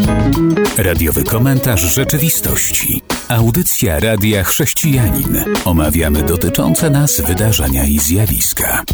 Radiowy komentarz rzeczywistości. Audycja Radia Chrześcijanin. Omawiamy dotyczące nas wydarzenia i zjawiska.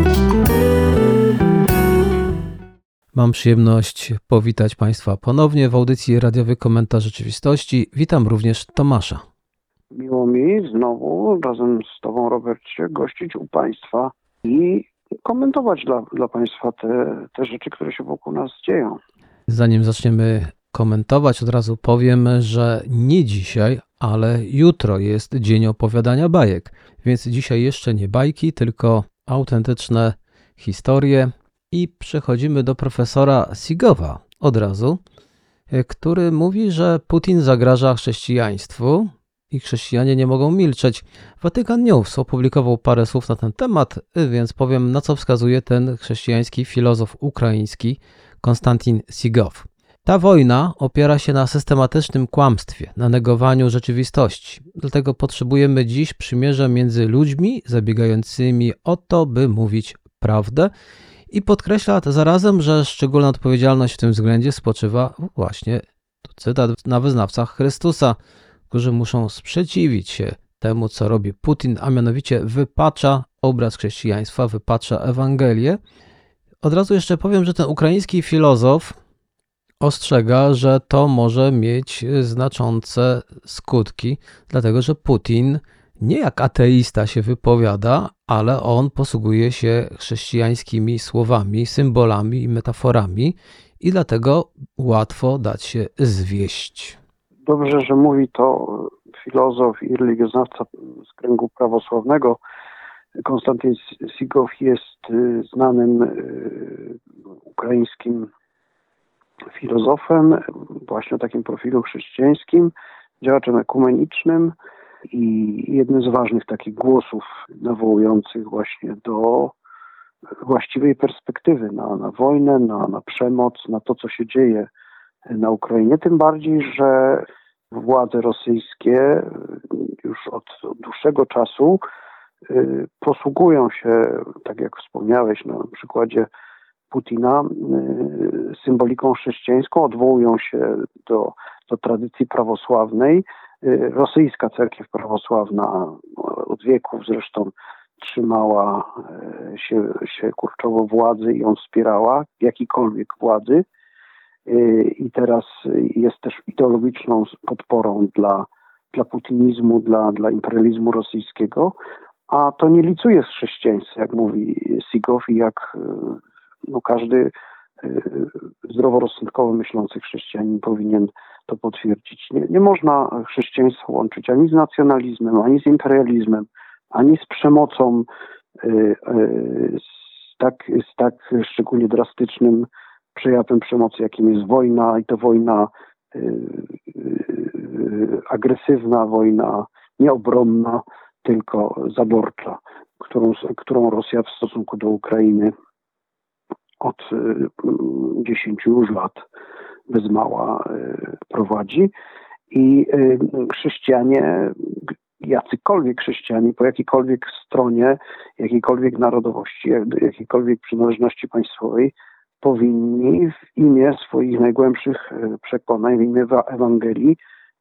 Mam przyjemność powitać Państwa ponownie w audycji Radiowy Komentarz Rzeczywistości. Witam również Tomasza. Miło mi znowu razem z Tobą, Robercie, gościć u Państwa i komentować dla Państwa te rzeczy, które się wokół nas dzieją. Zanim zaczniemy komentować, od razu powiem, że nie dzisiaj, ale jutro jest dzień opowiadania bajek. Więc dzisiaj jeszcze nie bajki, tylko autentyczne historie. I przechodzimy do profesora Sigowa od razu, który mówi, że Putin zagraża chrześcijaństwu i chrześcijanie nie mogą milczeć. Watykan News opublikował parę słów na ten temat, więc powiem, na co wskazuje ten chrześcijański filozof ukraiński Konstantin Sigow. Ta wojna opiera się na systematycznym kłamstwie, na negowaniu rzeczywistości. Dlatego potrzebujemy dziś przymierza między ludźmi zabiegającymi o to, by mówić prawdę. I podkreśla zarazem, że szczególna odpowiedzialność w tym względzie spoczywa właśnie, tu cytat, na wyznawcach Chrystusa, którzy muszą sprzeciwić się temu, co robi Putin, a mianowicie wypacza obraz chrześcijaństwa, wypacza Ewangelię. Od razu jeszcze powiem, że ten ukraiński filozof ostrzega, że to może mieć znaczące skutki, dlatego że Putin nie jak ateista się wypowiada, ale on posługuje się chrześcijańskimi słowami, symbolami i metaforami i dlatego łatwo dać się zwieść. Dobrze, że mówi to filozof i religioznawca z kręgu prawosławnego. Konstantin Sigow jest znanym ukraińskim filozofem, właśnie o takim profilu chrześcijańskim, działaczem ekumenicznym i jednym z ważnych takich głosów nawołujących właśnie do właściwej perspektywy na wojnę, na przemoc, na to, co się dzieje na Ukrainie. Tym bardziej, że władze rosyjskie już od dłuższego czasu posługują się, tak jak wspomniałeś na przykładzie Putina, symboliką chrześcijańską, odwołują się do tradycji prawosławnej. Rosyjska cerkiew prawosławna od wieków zresztą trzymała się kurczowo władzy i ją wspierała, jakiejkolwiek władzy. I teraz jest też ideologiczną podporą dla putinizmu, dla imperializmu rosyjskiego, a to nie licuje z chrześcijaństwem, jak mówi Sigow i jak każdy zdroworozsądkowo myślący chrześcijanin powinien to potwierdzić. Nie można chrześcijaństwa łączyć ani z nacjonalizmem, ani z imperializmem, ani z przemocą, z tak szczególnie drastycznym przejawem przemocy, jakim jest wojna, i to wojna agresywna, wojna nieobronna, tylko zaborcza, którą Rosja w stosunku do Ukrainy od 10 już lat bez mała prowadzi. I chrześcijanie, jacykolwiek chrześcijanie, po jakiejkolwiek stronie, jakiejkolwiek narodowości, jakiejkolwiek przynależności państwowej, powinni w imię swoich najgłębszych przekonań, w imię Ewangelii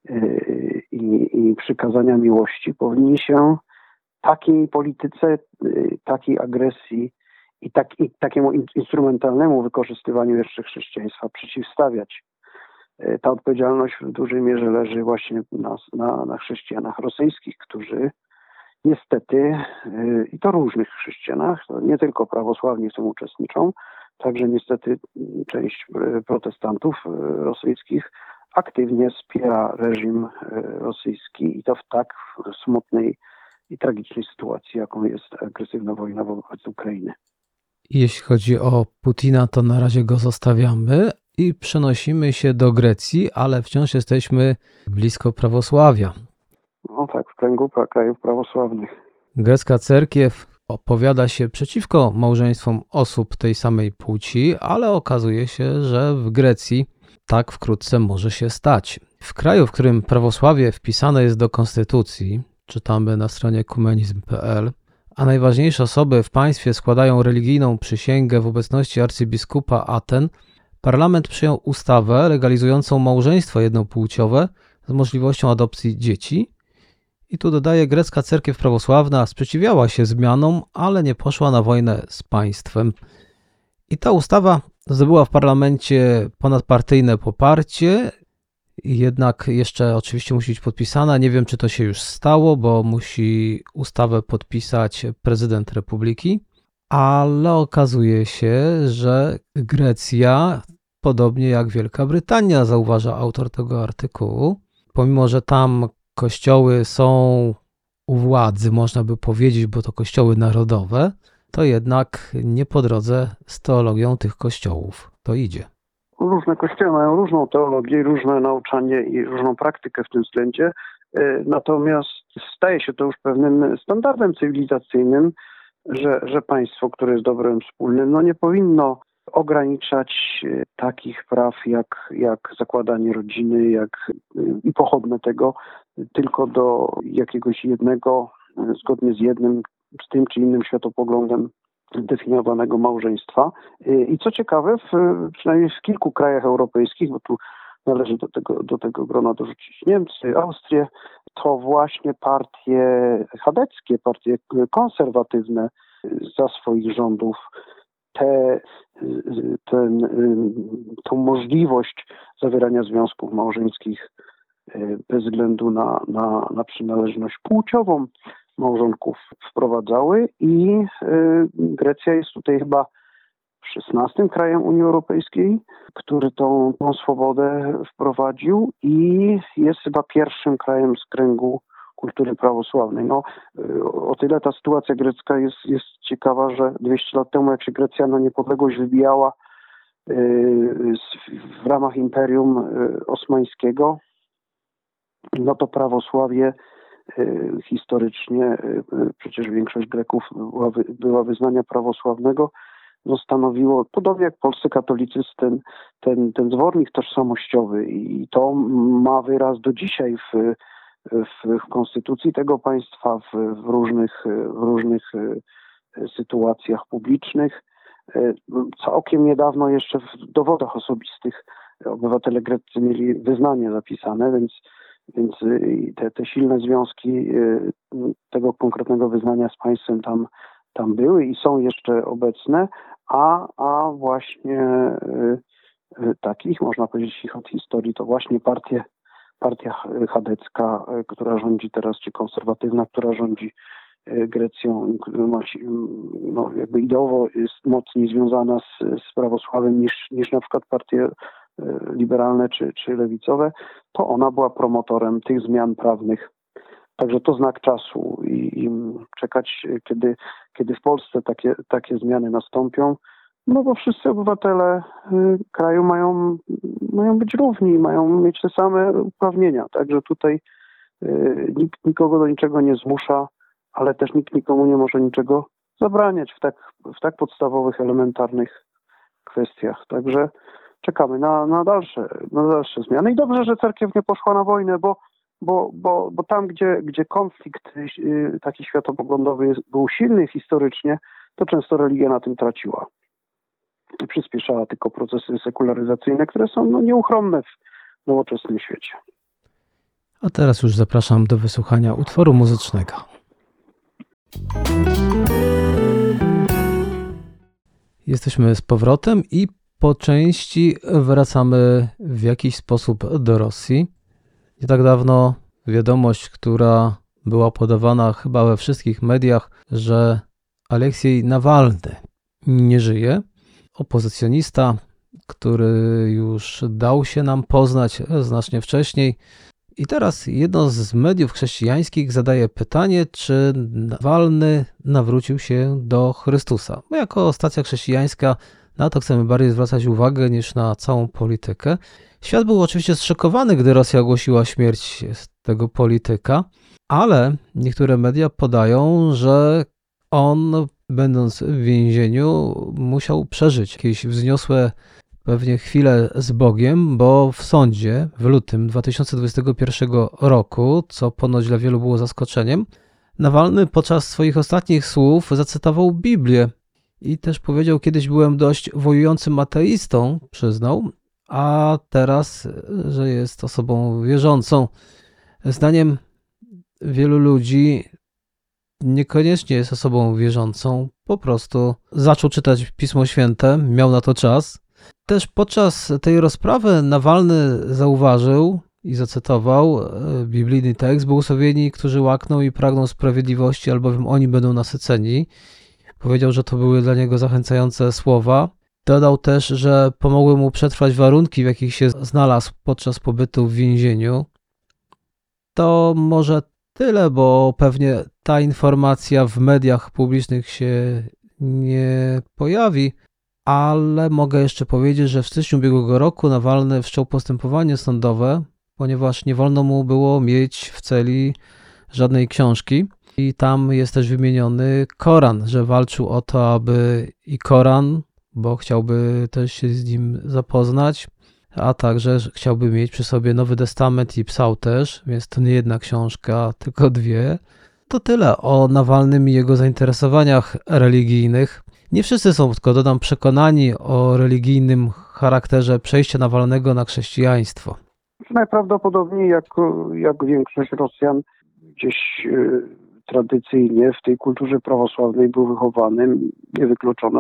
i przykazania miłości, powinni się takiej polityce, takiej agresji i takiemu instrumentalnemu wykorzystywaniu jeszcze chrześcijaństwa przeciwstawiać. Ta odpowiedzialność w dużej mierze leży właśnie na chrześcijanach rosyjskich, którzy niestety, i to różnych chrześcijanach, to nie tylko prawosławni w tym uczestniczą, także niestety część protestantów rosyjskich aktywnie wspiera reżim rosyjski i to w tak smutnej i tragicznej sytuacji, jaką jest agresywna wojna wobec Ukrainy. Jeśli chodzi o Putina, to na razie go zostawiamy i przenosimy się do Grecji, ale wciąż jesteśmy blisko prawosławia. No tak, w kręgu krajów prawosławnych. Grecka cerkiew opowiada się przeciwko małżeństwom osób tej samej płci, ale okazuje się, że w Grecji tak wkrótce może się stać. W kraju, w którym prawosławie wpisane jest do konstytucji, czytamy na stronie ekumenizm.pl, a najważniejsze osoby w państwie składają religijną przysięgę w obecności arcybiskupa Aten, Parlament przyjął ustawę legalizującą małżeństwo jednopłciowe z możliwością adopcji dzieci. I tu dodaje, grecka cerkiew prawosławna sprzeciwiała się zmianom, ale nie poszła na wojnę z państwem. I ta ustawa zdobyła w parlamencie ponadpartyjne poparcie, jednak jeszcze oczywiście musi być podpisana. Nie wiem, czy to się już stało, bo musi ustawę podpisać prezydent republiki, ale okazuje się, że Grecja, podobnie jak Wielka Brytania, zauważa autor tego artykułu, pomimo że tam kościoły są u władzy, można by powiedzieć, bo to kościoły narodowe, to jednak nie po drodze z teologią tych kościołów to idzie. Różne kościoły mają różną teologię, różne nauczanie i różną praktykę w tym względzie, natomiast staje się to już pewnym standardem cywilizacyjnym, że państwo, które jest dobrem wspólnym, nie powinno ograniczać takich praw jak zakładanie rodziny, i pochodne tego, tylko do jakiegoś jednego, zgodnie z tym czy innym światopoglądem definiowanego małżeństwa. I co ciekawe, przynajmniej w kilku krajach europejskich, bo tu należy do tego grona dorzucić Niemcy, Austrię, to właśnie partie chadeckie, partie konserwatywne za swoich rządów tą możliwość zawierania związków małżeńskich bez względu na przynależność płciową małżonków wprowadzały i Grecja jest tutaj chyba 16 krajem Unii Europejskiej, który tą swobodę wprowadził i jest chyba pierwszym krajem z kręgu kultury prawosławnej. O tyle ta sytuacja grecka jest ciekawa, że 200 lat temu, jak się Grecja na niepodległość wybijała w ramach Imperium Osmańskiego, to prawosławie historycznie, przecież większość Greków była wyznania prawosławnego, stanowiło, podobnie jak polscy katolicyzm, ten zwornik tożsamościowy i to ma wyraz do dzisiaj w konstytucji tego państwa, w różnych sytuacjach publicznych. Całkiem niedawno jeszcze w dowodach osobistych obywatele greccy mieli wyznanie zapisane, więc te silne związki tego konkretnego wyznania z państwem tam były i są jeszcze obecne, a właśnie takich, można powiedzieć, ich od historii, to właśnie partia chadecka, która rządzi teraz, czy konserwatywna, która rządzi Grecją, jakby ideowo jest mocniej związana z prawosławiem niż na przykład partie liberalne czy lewicowe, to ona była promotorem tych zmian prawnych. Także to znak czasu i czekać, kiedy w Polsce takie zmiany nastąpią, bo wszyscy obywatele kraju mają być równi, mają mieć te same uprawnienia. Także tutaj nikt nikogo do niczego nie zmusza, ale też nikt nikomu nie może niczego zabraniać w tak podstawowych, elementarnych kwestiach. Także czekamy na dalsze zmiany. I dobrze, że cerkiew nie poszła na wojnę, bo tam, gdzie konflikt taki światopoglądowy był silny historycznie, to często religia na tym traciła. Przyspieszała tylko procesy sekularyzacyjne, które są nieuchronne w nowoczesnym świecie. A teraz już zapraszam do wysłuchania utworu muzycznego. Jesteśmy z powrotem i po części wracamy w jakiś sposób do Rosji. Nie tak dawno wiadomość, która była podawana chyba we wszystkich mediach, że Aleksiej Nawalny nie żyje. Opozycjonista, który już dał się nam poznać znacznie wcześniej. I teraz jedno z mediów chrześcijańskich zadaje pytanie, czy Nawalny nawrócił się do Chrystusa. My jako stacja chrześcijańska na to chcemy bardziej zwracać uwagę niż na całą politykę. Świat był oczywiście zszokowany, gdy Rosja ogłosiła śmierć tego polityka, ale niektóre media podają, że on, będąc w więzieniu, musiał przeżyć jakieś wzniosłe pewnie chwilę z Bogiem, bo w sądzie w lutym 2021 roku, co ponoć dla wielu było zaskoczeniem, Nawalny podczas swoich ostatnich słów zacytował Biblię I też powiedział, kiedyś byłem dość wojującym ateistą, przyznał, a teraz, że jest osobą wierzącą. Zdaniem wielu ludzi niekoniecznie jest osobą wierzącą, po prostu zaczął czytać Pismo Święte, miał na to czas. Też podczas tej rozprawy Nawalny zauważył i zacytował biblijny tekst: błogosławieni, którzy łakną i pragną sprawiedliwości, albowiem oni będą nasyceni. Powiedział, że to były dla niego zachęcające słowa. Dodał też, że pomogły mu przetrwać warunki, w jakich się znalazł podczas pobytu w więzieniu. To może tyle, bo pewnie ta informacja w mediach publicznych się nie pojawi, ale mogę jeszcze powiedzieć, że w styczniu ubiegłego roku Nawalny wszczął postępowanie sądowe, ponieważ nie wolno mu było mieć w celi żadnej książki. I tam jest też wymieniony Koran, że walczył o to, aby i Koran, bo chciałby też się z nim zapoznać, a także chciałby mieć przy sobie Nowy Testament i Psał też, więc to nie jedna książka, tylko dwie. To tyle o Nawalnym i jego zainteresowaniach religijnych. Nie wszyscy są, tylko dodam, przekonani o religijnym charakterze przejścia Nawalnego na chrześcijaństwo. Najprawdopodobniej, jak większość Rosjan, gdzieś tradycyjnie w tej kulturze prawosławnej był wychowany. Niewykluczone,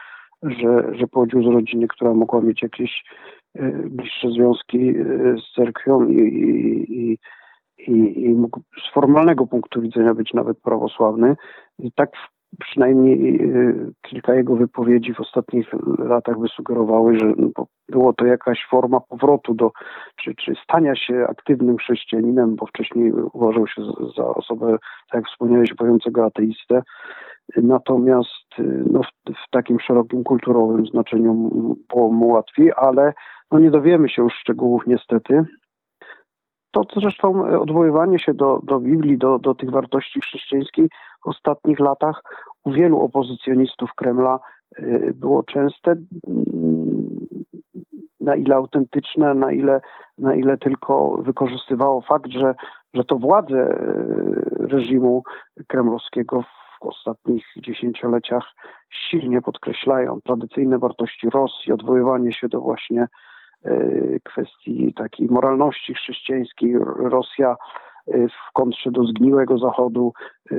że pochodził z rodziny, która mogła mieć jakieś bliższe związki z cerkwią i mógł z formalnego punktu widzenia być nawet prawosławny. I tak przynajmniej kilka jego wypowiedzi w ostatnich latach by sugerowały, że było to jakaś forma powrotu czy stania się aktywnym chrześcijaninem, bo wcześniej uważał się za osobę, tak jak wspomniałeś, bojącego ateistę. Natomiast w takim szerokim kulturowym znaczeniu było mu łatwiej, ale nie dowiemy się już szczegółów niestety. To zresztą odwoływanie się do Biblii, do tych wartości chrześcijańskich w ostatnich latach u wielu opozycjonistów Kremla było częste, na ile autentyczne, na ile tylko wykorzystywało fakt, że to władze reżimu kremlowskiego w ostatnich dziesięcioleciach silnie podkreślają tradycyjne wartości Rosji, odwoływanie się do właśnie kwestii takiej moralności chrześcijańskiej. Rosja w kontrze do zgniłego Zachodu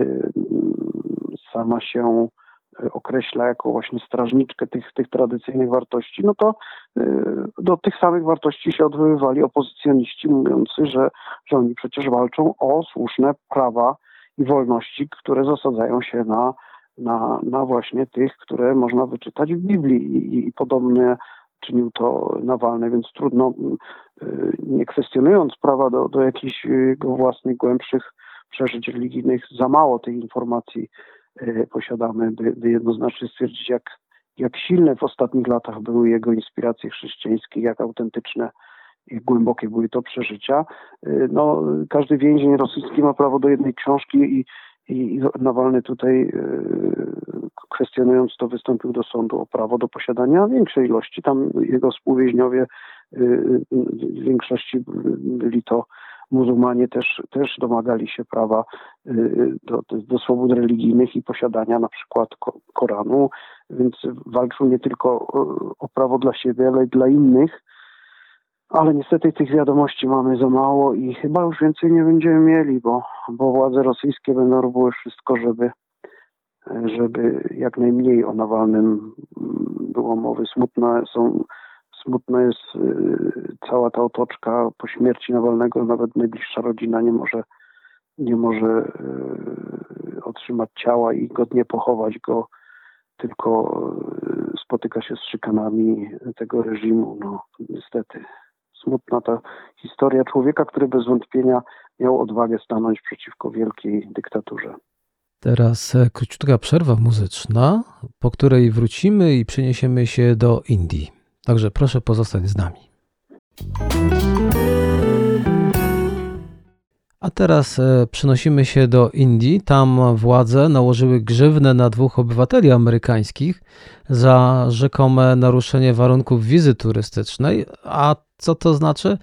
sama się określa jako właśnie strażniczkę tych tradycyjnych wartości, to do tych samych wartości się odwoływali opozycjoniści, mówiący, że oni przecież walczą o słuszne prawa i wolności, które zasadzają się na właśnie tych, które można wyczytać w Biblii i podobne czynił to Nawalny, więc trudno, nie kwestionując prawa do jakichś jego własnych, głębszych przeżyć religijnych, za mało tych informacji posiadamy, by jednoznacznie stwierdzić, jak silne w ostatnich latach były jego inspiracje chrześcijańskie, jak autentyczne, jak głębokie były to przeżycia. Każdy więzień rosyjski ma prawo do jednej książki i Nawalny tutaj, kwestionując to, wystąpił do sądu o prawo do posiadania większej ilości. Tam jego współwięźniowie w większości byli to muzułmanie, też domagali się prawa do swobód religijnych i posiadania na przykład Koranu, więc walczył nie tylko o prawo dla siebie, ale i dla innych. Ale niestety tych wiadomości mamy za mało i chyba już więcej nie będziemy mieli, bo władze rosyjskie będą robiły wszystko, żeby jak najmniej o Nawalnym było mowy. Smutna jest cała ta otoczka po śmierci Nawalnego. Nawet najbliższa rodzina nie może otrzymać ciała i godnie pochować go, tylko spotyka się z szykanami tego reżimu. Niestety. Smutna ta historia człowieka, który bez wątpienia miał odwagę stanąć przeciwko wielkiej dyktaturze. Teraz króciutka przerwa muzyczna, po której wrócimy i przeniesiemy się do Indii. Także proszę pozostać z nami. A teraz przenosimy się do Indii. Tam władze nałożyły grzywnę na 2 obywateli amerykańskich za rzekome naruszenie warunków wizy turystycznej. A co to znaczy?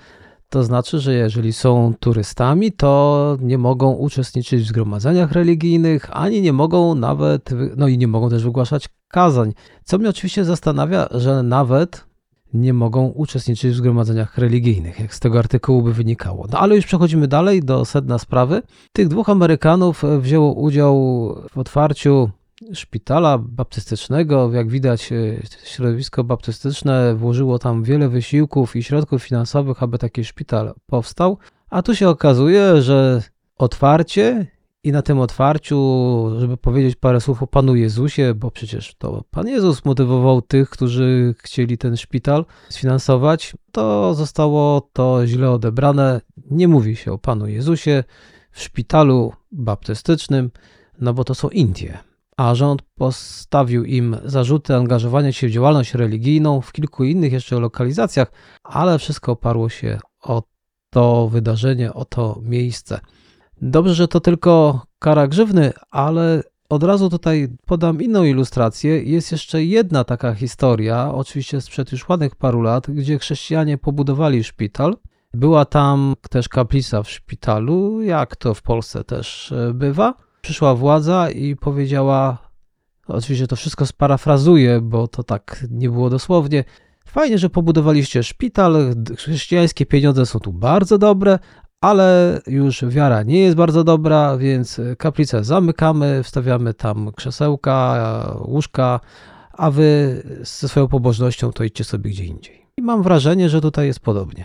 To znaczy, że jeżeli są turystami, to nie mogą uczestniczyć w zgromadzeniach religijnych, ani nie mogą nawet, no i nie mogą też wygłaszać kazań. Co mnie oczywiście zastanawia, że nawet nie mogą uczestniczyć w zgromadzeniach religijnych, jak z tego artykułu by wynikało. No ale już przechodzimy dalej do sedna sprawy. Tych dwóch Amerykanów wzięło udział w otwarciu szpitala baptystycznego. Jak widać, środowisko baptystyczne włożyło tam wiele wysiłków i środków finansowych, aby taki szpital powstał. A tu się okazuje, że otwarcie i na tym otwarciu, żeby powiedzieć parę słów o Panu Jezusie, bo przecież to Pan Jezus motywował tych, którzy chcieli ten szpital sfinansować, to zostało to źle odebrane. Nie mówi się o Panu Jezusie w szpitalu baptystycznym, no bo to są Indie. A rząd postawił im zarzuty angażowania się w działalność religijną w kilku innych jeszcze lokalizacjach, ale wszystko oparło się o to wydarzenie, o to miejsce. Dobrze, że to tylko kara grzywny, ale od razu tutaj podam inną ilustrację. Jest jeszcze jedna taka historia, oczywiście sprzed już ładnych paru lat, gdzie chrześcijanie pobudowali szpital. Była tam też kaplica w szpitalu, jak to w Polsce też bywa. Przyszła władza i powiedziała, oczywiście to wszystko sparafrazuję, bo to tak nie było dosłownie, fajnie, że pobudowaliście szpital, chrześcijańskie pieniądze są tu bardzo dobre, ale już wiara nie jest bardzo dobra, więc kaplicę zamykamy, wstawiamy tam krzesełka, łóżka, a wy ze swoją pobożnością to idźcie sobie gdzie indziej. I mam wrażenie, że tutaj jest podobnie.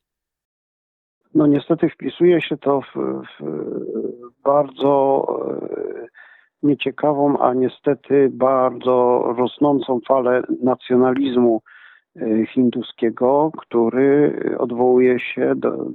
No niestety wpisuje się to w bardzo nieciekawą, a niestety bardzo rosnącą falę nacjonalizmu hinduskiego, który odwołuje się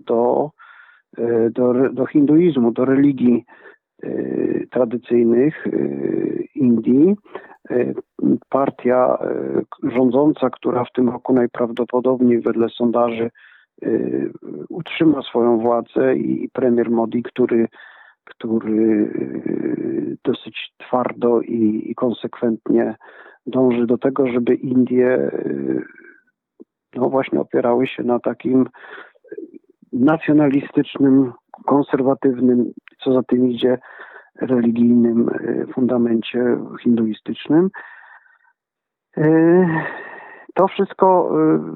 do hinduizmu, do religii tradycyjnych Indii. Partia rządząca, która w tym roku najprawdopodobniej wedle sondaży utrzyma swoją władzę, i premier Modi, który dosyć twardo i konsekwentnie dąży do tego, żeby Indie no właśnie opierały się na takim nacjonalistycznym, konserwatywnym, co za tym idzie, religijnym fundamencie hinduistycznym. To wszystko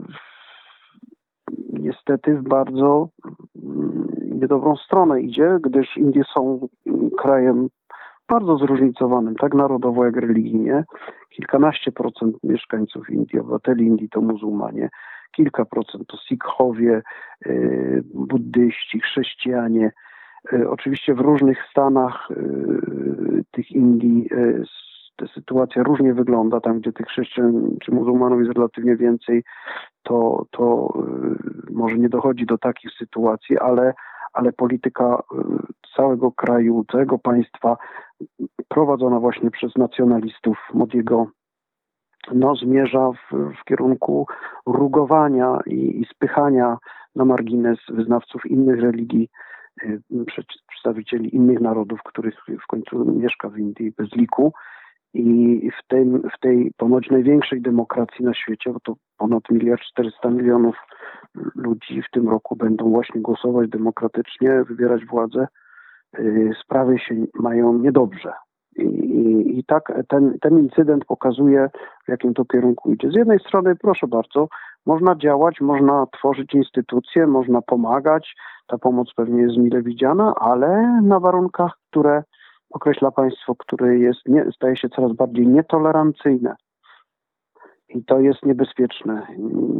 niestety w bardzo niedobrą stronę idzie, gdyż Indie są krajem bardzo zróżnicowanym, tak narodowo jak religijnie. Kilkanaście procent mieszkańców Indii, obywateli Indii to muzułmanie, kilka procent to Sikhowie, buddyści, chrześcijanie. Oczywiście w różnych stanach tych Indii ta sytuacja różnie wygląda. Tam, gdzie tych chrześcijan czy muzułmanów jest relatywnie więcej, to może nie dochodzi do takich sytuacji, ale polityka całego kraju, całego państwa prowadzona właśnie przez nacjonalistów Modiego zmierza w kierunku rugowania i spychania na margines wyznawców innych religii, przedstawicieli innych narodów, których w końcu mieszka w Indii bez liku. I w tej ponoć największej demokracji na świecie, bo to ponad 1,4 miliarda ludzi w tym roku będą właśnie głosować demokratycznie, wybierać władzę, sprawy się mają niedobrze. I tak ten incydent pokazuje, w jakim to kierunku idzie. Z jednej strony, proszę bardzo, można działać, można tworzyć instytucje, można pomagać, ta pomoc pewnie jest mile widziana, ale na warunkach, które określa państwo, które staje się coraz bardziej nietolerancyjne. I to jest niebezpieczne.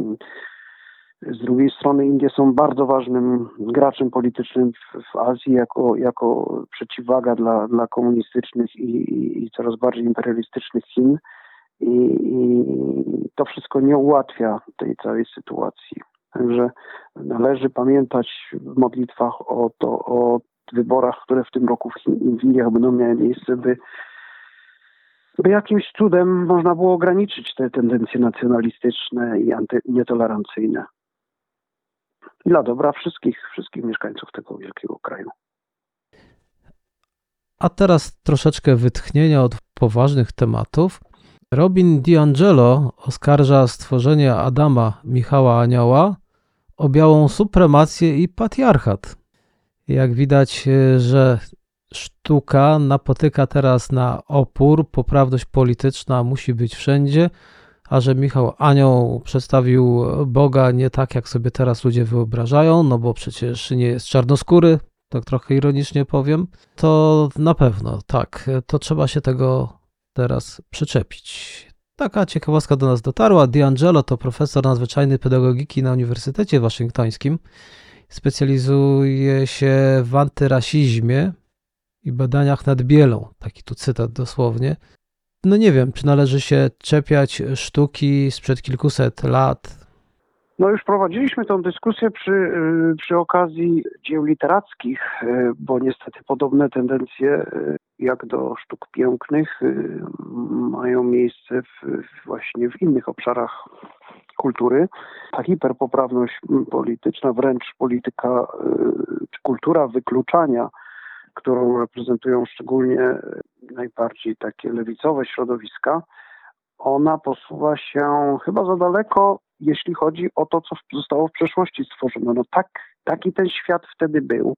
Z drugiej strony Indie są bardzo ważnym graczem politycznym w Azji jako przeciwwaga dla komunistycznych i coraz bardziej imperialistycznych Chin. I to wszystko nie ułatwia tej całej sytuacji. Także należy pamiętać w modlitwach o wyborach, które w tym roku w Indiach będą miały miejsce, by jakimś cudem można było ograniczyć te tendencje nacjonalistyczne i nietolerancyjne. Dla dobra wszystkich mieszkańców tego wielkiego kraju. A teraz troszeczkę wytchnienia od poważnych tematów. Robin DiAngelo oskarża stworzenie Adama Michała Anioła o białą supremację i patriarchat. Jak widać, że sztuka napotyka teraz na opór, poprawność polityczna musi być wszędzie, a że Michał Anioł przedstawił Boga nie tak, jak sobie teraz ludzie wyobrażają, no bo przecież nie jest czarnoskóry, tak trochę ironicznie powiem, to na pewno tak, to trzeba się tego teraz przyczepić. Taka ciekawostka do nas dotarła. D'Angelo to profesor nadzwyczajny pedagogiki na Uniwersytecie Waszyngtońskim. Specjalizuje się w antyrasizmie i badaniach nad bielą. Taki tu cytat dosłownie. No nie wiem, czy należy się czepiać sztuki sprzed kilkuset lat. No już prowadziliśmy tę dyskusję przy okazji dzieł literackich, bo niestety podobne tendencje jak do sztuk pięknych mają miejsce właśnie w innych obszarach kultury. Ta hiperpoprawność polityczna, wręcz polityka czy kultura wykluczania, którą reprezentują szczególnie najbardziej takie lewicowe środowiska, ona posuwa się chyba za daleko, jeśli chodzi o to, co zostało w przeszłości stworzone. No taki ten świat wtedy był.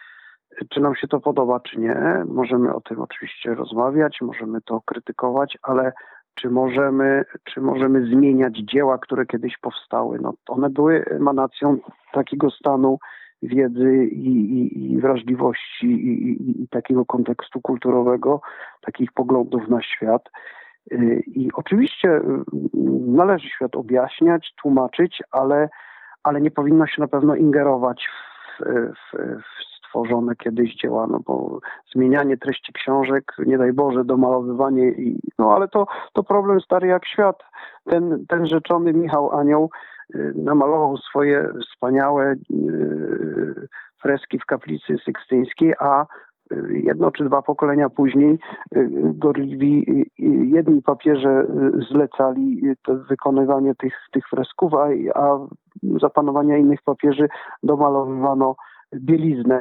Czy nam się to podoba, czy nie? Możemy o tym oczywiście rozmawiać, możemy to krytykować, ale czy możemy zmieniać dzieła, które kiedyś powstały? No, one były emanacją takiego stanu wiedzy i wrażliwości i takiego kontekstu kulturowego, takich poglądów na świat. I oczywiście należy świat objaśniać, tłumaczyć, ale nie powinno się na pewno ingerować w stworzone kiedyś dzieła, no bo zmienianie treści książek, nie daj Boże, domalowywanie, no ale to problem stary jak świat. Ten rzeczony Michał Anioł namalował swoje wspaniałe freski w kaplicy sykstyńskiej, a jedno czy dwa pokolenia później gorliwi jedni papieże zlecali to wykonywanie tych fresków, a za panowania innych papieży domalowywano bieliznę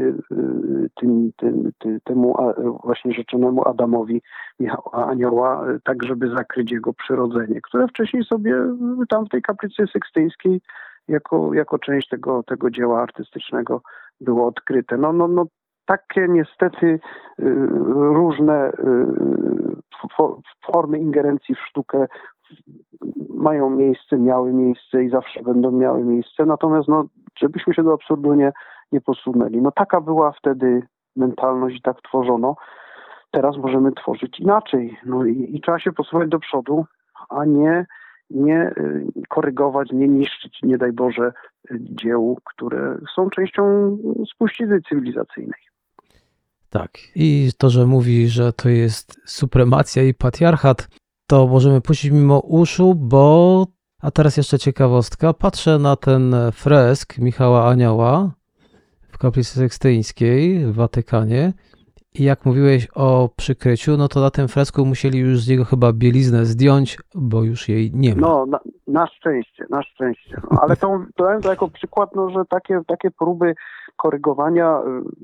temu właśnie rzeczonemu Adamowi Michała Anioła, tak żeby zakryć jego przyrodzenie, które wcześniej sobie tam w tej kaplicy sykstyńskiej jako część tego dzieła artystycznego było odkryte. No takie niestety różne formy ingerencji w sztukę mają miejsce, miały miejsce i zawsze będą miały miejsce. Natomiast żebyśmy się do absurdu nie posunęli. No taka była wtedy mentalność i tak tworzono. Teraz możemy tworzyć inaczej. No i trzeba się posuwać do przodu, a nie korygować, nie niszczyć, nie daj Boże, dzieł, które są częścią spuścizny cywilizacyjnej. Tak. I to, że mówi, że to jest supremacja i patriarchat, to możemy puścić mimo uszu, bo... A teraz jeszcze ciekawostka. Patrzę na ten fresk Michała Anioła w kaplicy sykstyńskiej w Watykanie i jak mówiłeś o przykryciu, no to na tym fresku musieli już z niego chyba bieliznę zdjąć, bo już jej nie ma. No, na szczęście. No, ale to jako przykład, że takie próby korygowania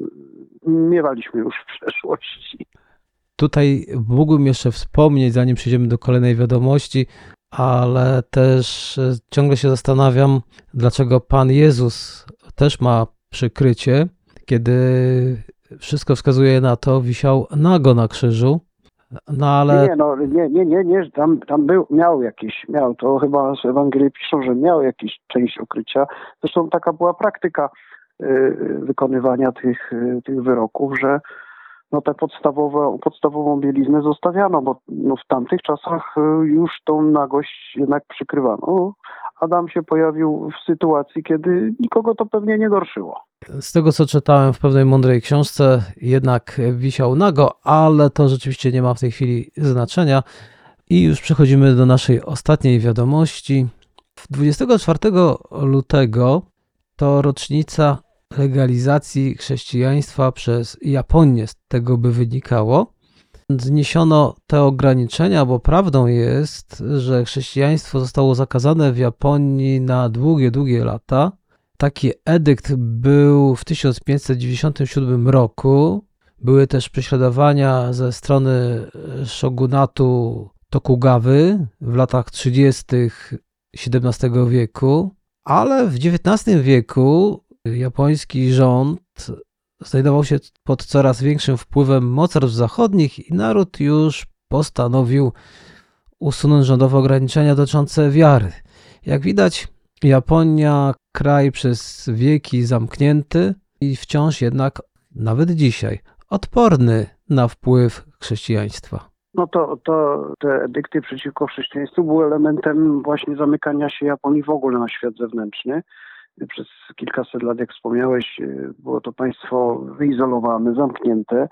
miewaliśmy już w przeszłości. Tutaj mógłbym jeszcze wspomnieć, zanim przejdziemy do kolejnej wiadomości, ale też ciągle się zastanawiam, dlaczego Pan Jezus też ma przykrycie, kiedy wszystko wskazuje na to, wisiał nago na krzyżu. No ale... Nie, tam miał, to chyba z Ewangelii piszą, że miał jakieś część okrycia. Zresztą taka była praktyka wykonywania tych wyroków, że tę podstawową bieliznę zostawiano, bo w tamtych czasach już tą nagość jednak przykrywano. Adam się pojawił w sytuacji, kiedy nikogo to pewnie nie gorszyło. Z tego, co czytałem w pewnej mądrej książce, jednak wisiał nago, ale to rzeczywiście nie ma w tej chwili znaczenia. I już przechodzimy do naszej ostatniej wiadomości. 24 lutego to rocznica legalizacji chrześcijaństwa przez Japonię, z tego by wynikało. Zniesiono te ograniczenia, bo prawdą jest, że chrześcijaństwo zostało zakazane w Japonii na długie lata. Taki edykt był w 1597 roku. Były też prześladowania ze strony shogunatu Tokugawy w latach 30. XVII wieku, Ale w XIX wieku japoński rząd znajdował się pod coraz większym wpływem mocarstw zachodnich i naród już postanowił usunąć rządowe ograniczenia dotyczące wiary. Jak widać, Japonia, kraj przez wieki zamknięty i wciąż jednak, nawet dzisiaj, odporny na wpływ chrześcijaństwa. No to te edykty przeciwko chrześcijaństwu były elementem właśnie zamykania się Japonii w ogóle na świat zewnętrzny. Przez kilkaset lat, jak wspomniałeś, było to państwo wyizolowane, zamknięte.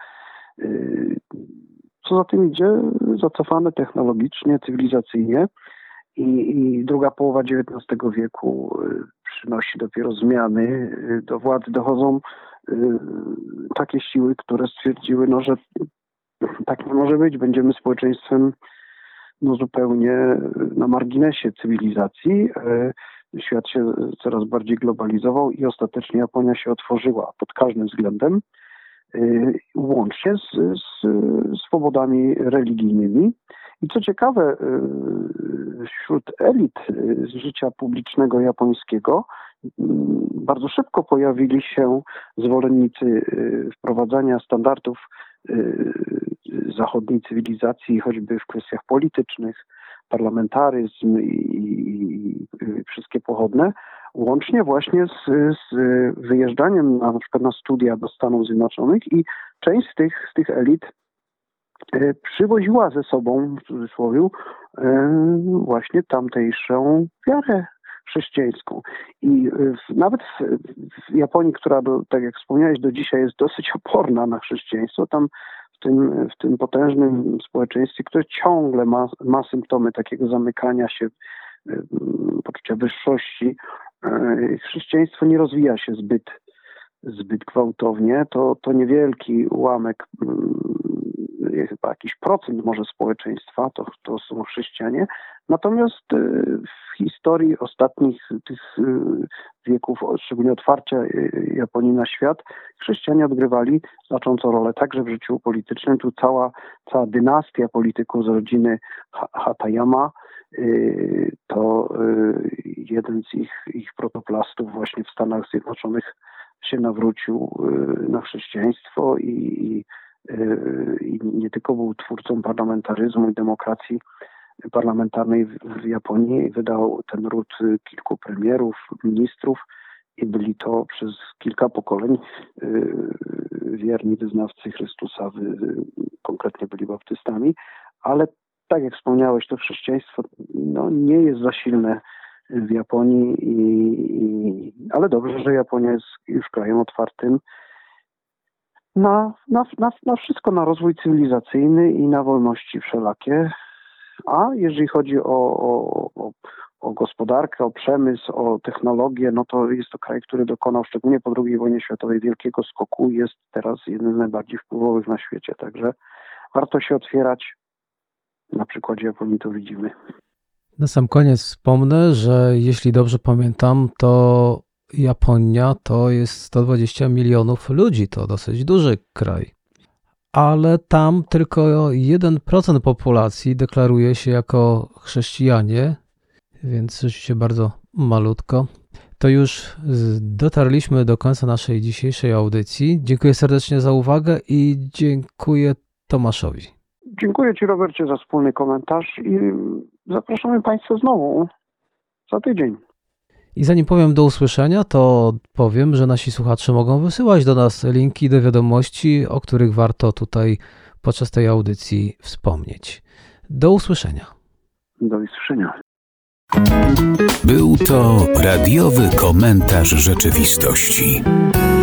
Co za tym idzie, zacofane technologicznie, cywilizacyjnie. I druga połowa XIX wieku przynosi dopiero zmiany. Do władzy dochodzą takie siły, które stwierdziły, że tak nie może być. Będziemy społeczeństwem zupełnie na marginesie cywilizacji. Świat się coraz bardziej globalizował i ostatecznie Japonia się otworzyła pod każdym względem, łącznie z swobodami religijnymi. I co ciekawe, wśród elit życia publicznego japońskiego bardzo szybko pojawili się zwolennicy wprowadzania standardów zachodniej cywilizacji, choćby w kwestiach politycznych, parlamentaryzm i wszystkie pochodne, łącznie właśnie z wyjeżdżaniem na przykład na studia do Stanów Zjednoczonych i część z tych elit przywoziła ze sobą, w cudzysłowie, właśnie tamtejszą wiarę chrześcijańską. I nawet w Japonii, która, tak jak wspomniałeś, do dzisiaj jest dosyć oporna na chrześcijaństwo, tam w tym potężnym społeczeństwie, które ciągle ma symptomy takiego zamykania się, poczucia wyższości, chrześcijaństwo nie rozwija się zbyt gwałtownie. To niewielki ułamek, chyba jakiś procent może społeczeństwa, to są chrześcijanie. Natomiast w historii ostatnich tych wieków, szczególnie otwarcia Japonii na świat, chrześcijanie odgrywali znaczącą rolę także w życiu politycznym. Tu cała dynastia polityków z rodziny Hatayama to jeden z ich protoplastów właśnie w Stanach Zjednoczonych się nawrócił na chrześcijaństwo i nie tylko był twórcą parlamentaryzmu i demokracji parlamentarnej w Japonii, wydał ten ród kilku premierów, ministrów i byli to przez kilka pokoleń wierni wyznawcy Chrystusa, konkretnie byli baptystami, ale tak jak wspomniałeś, to chrześcijaństwo nie jest za silne w Japonii, ale dobrze, że Japonia jest już krajem otwartym na wszystko, na rozwój cywilizacyjny i na wolności wszelakie. A jeżeli chodzi o gospodarkę, o przemysł, o technologię, to jest to kraj, który dokonał szczególnie po II wojnie światowej wielkiego skoku i jest teraz jednym z najbardziej wpływowych na świecie. Także warto się otwierać. Na przykładzie Japonii to widzimy. Na sam koniec wspomnę, że jeśli dobrze pamiętam, to Japonia to jest 120 milionów ludzi, to dosyć duży kraj. Ale tam tylko 1% populacji deklaruje się jako chrześcijanie, więc rzeczywiście bardzo malutko. To już dotarliśmy do końca naszej dzisiejszej audycji. Dziękuję serdecznie za uwagę i dziękuję Tomaszowi. Dziękuję Ci, Robercie, za wspólny komentarz i zapraszamy Państwa znowu za tydzień. I zanim powiem do usłyszenia, to powiem, że nasi słuchacze mogą wysyłać do nas linki do wiadomości, o których warto tutaj podczas tej audycji wspomnieć. Do usłyszenia. Do usłyszenia. Był to radiowy komentarz rzeczywistości.